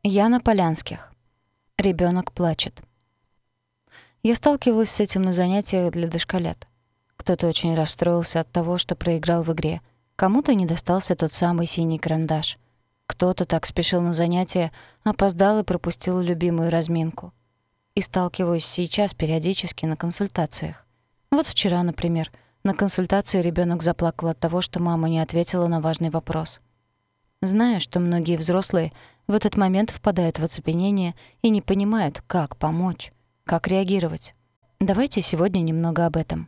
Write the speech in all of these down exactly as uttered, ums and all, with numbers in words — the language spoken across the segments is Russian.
Яна Полянских. Ребёнок плачет. Я сталкивалась с этим на занятиях для дошколят. Кто-то очень расстроился от того, что проиграл в игре. Кому-то не достался тот самый синий карандаш. Кто-то так спешил на занятия, опоздал и пропустил любимую разминку. И сталкиваюсь сейчас периодически на консультациях. Вот вчера, например, на консультации ребёнок заплакал от того, что мама не ответила на важный вопрос. Зная, что многие взрослые в этот момент впадают в оцепенение и не понимают, как помочь, как реагировать. Давайте сегодня немного об этом.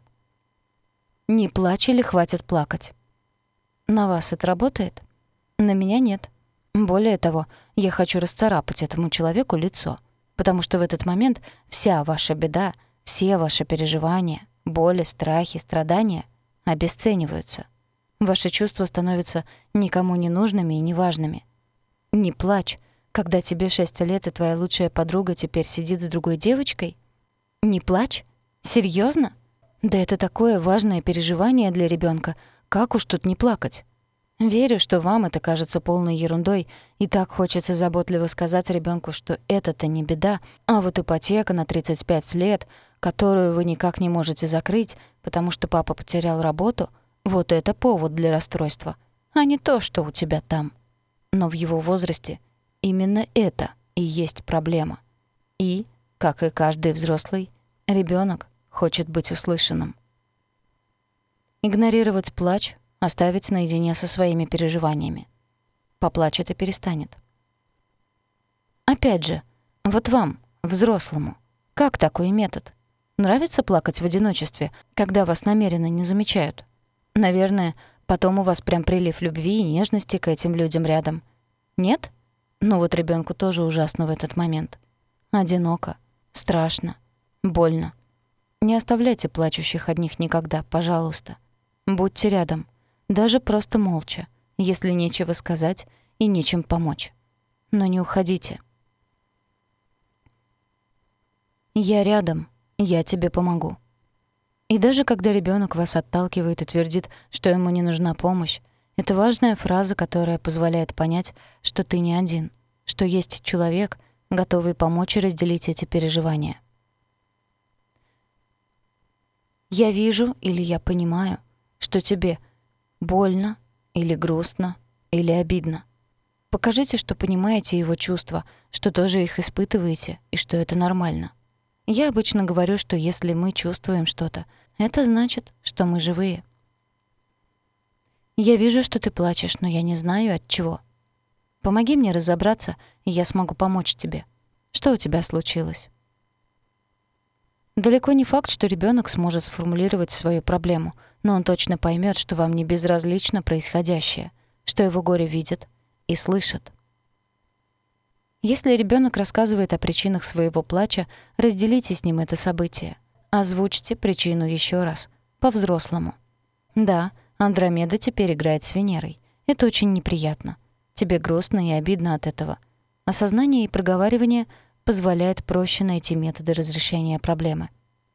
Не плачь или хватит плакать. На вас это работает? На меня нет. Более того, я хочу расцарапать этому человеку лицо, потому что в этот момент вся ваша беда, все ваши переживания, боли, страхи, страдания обесцениваются. Ваши чувства становятся никому не нужными и неважными. Не плачь, когда тебе шесть лет и твоя лучшая подруга теперь сидит с другой девочкой. Не плачь? Серьёзно? Да это такое важное переживание для ребёнка. Как уж тут не плакать? Верю, что вам это кажется полной ерундой, и так хочется заботливо сказать ребёнку, что это-то не беда, а вот ипотека на тридцать пять лет, которую вы никак не можете закрыть, потому что папа потерял работу, вот это повод для расстройства, а не то, что у тебя там. Но в его возрасте именно это и есть проблема. И, как и каждый взрослый, ребёнок хочет быть услышанным. Игнорировать плач, оставить наедине со своими переживаниями. Поплачет и перестанет. Опять же, вот вам, взрослому, как такой метод? Нравится плакать в одиночестве, когда вас намеренно не замечают? Наверное, потом у вас прям прилив любви и нежности к этим людям рядом. Нет? Ну вот ребёнку тоже ужасно в этот момент. Одиноко, страшно, больно. Не оставляйте плачущих одних никогда, пожалуйста. Будьте рядом, даже просто молча, если нечего сказать и нечем помочь. Но не уходите. Я рядом, я тебе помогу. И даже когда ребёнок вас отталкивает и твердит, что ему не нужна помощь, это важная фраза, которая позволяет понять, что ты не один, что есть человек, готовый помочь и разделить эти переживания. Я вижу или я понимаю, что тебе больно или грустно или обидно. Покажите, что понимаете его чувства, что тоже их испытываете и что это нормально. Я обычно говорю, что если мы чувствуем что-то, это значит, что мы живые. Я вижу, что ты плачешь, но я не знаю, от чего. Помоги мне разобраться, и я смогу помочь тебе. Что у тебя случилось? Далеко не факт, что ребёнок сможет сформулировать свою проблему, но он точно поймёт, что вам не безразлично происходящее, что его горе видят и слышат. Если ребёнок рассказывает о причинах своего плача, разделите с ним это событие. Озвучьте причину ещё раз, по-взрослому. Да, Андромеда теперь играет с Венерой. Это очень неприятно. Тебе грустно и обидно от этого. Осознание и проговаривание позволяет проще найти методы разрешения проблемы.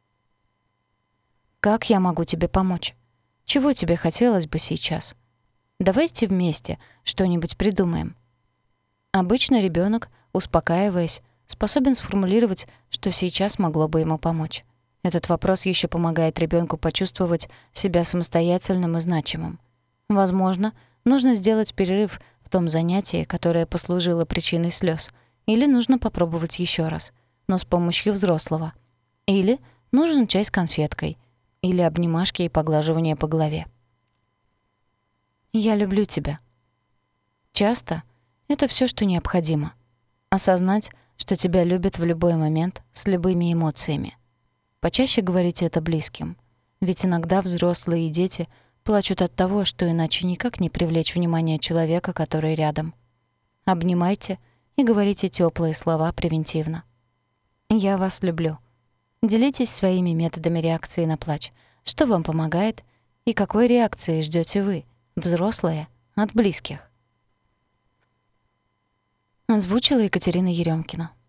Как я могу тебе помочь? Чего тебе хотелось бы сейчас? Давайте вместе что-нибудь придумаем. Обычно ребёнок, успокаиваясь, способен сформулировать, что сейчас могло бы ему помочь. Этот вопрос ещё помогает ребёнку почувствовать себя самостоятельным и значимым. Возможно, нужно сделать перерыв в том занятии, которое послужило причиной слёз, или нужно попробовать ещё раз, но с помощью взрослого. Или нужен чай с конфеткой, или обнимашки и поглаживание по голове. Я люблю тебя. Часто это всё, что необходимо. Осознать, что тебя любят в любой момент с любыми эмоциями. Почаще говорите это близким, ведь иногда взрослые и дети плачут от того, что иначе никак не привлечь внимание человека, который рядом. Обнимайте и говорите тёплые слова превентивно. Я вас люблю. Делитесь своими методами реакции на плач. Что вам помогает и какой реакции ждёте вы, взрослые, от близких? Озвучила Екатерина Ерёмкина.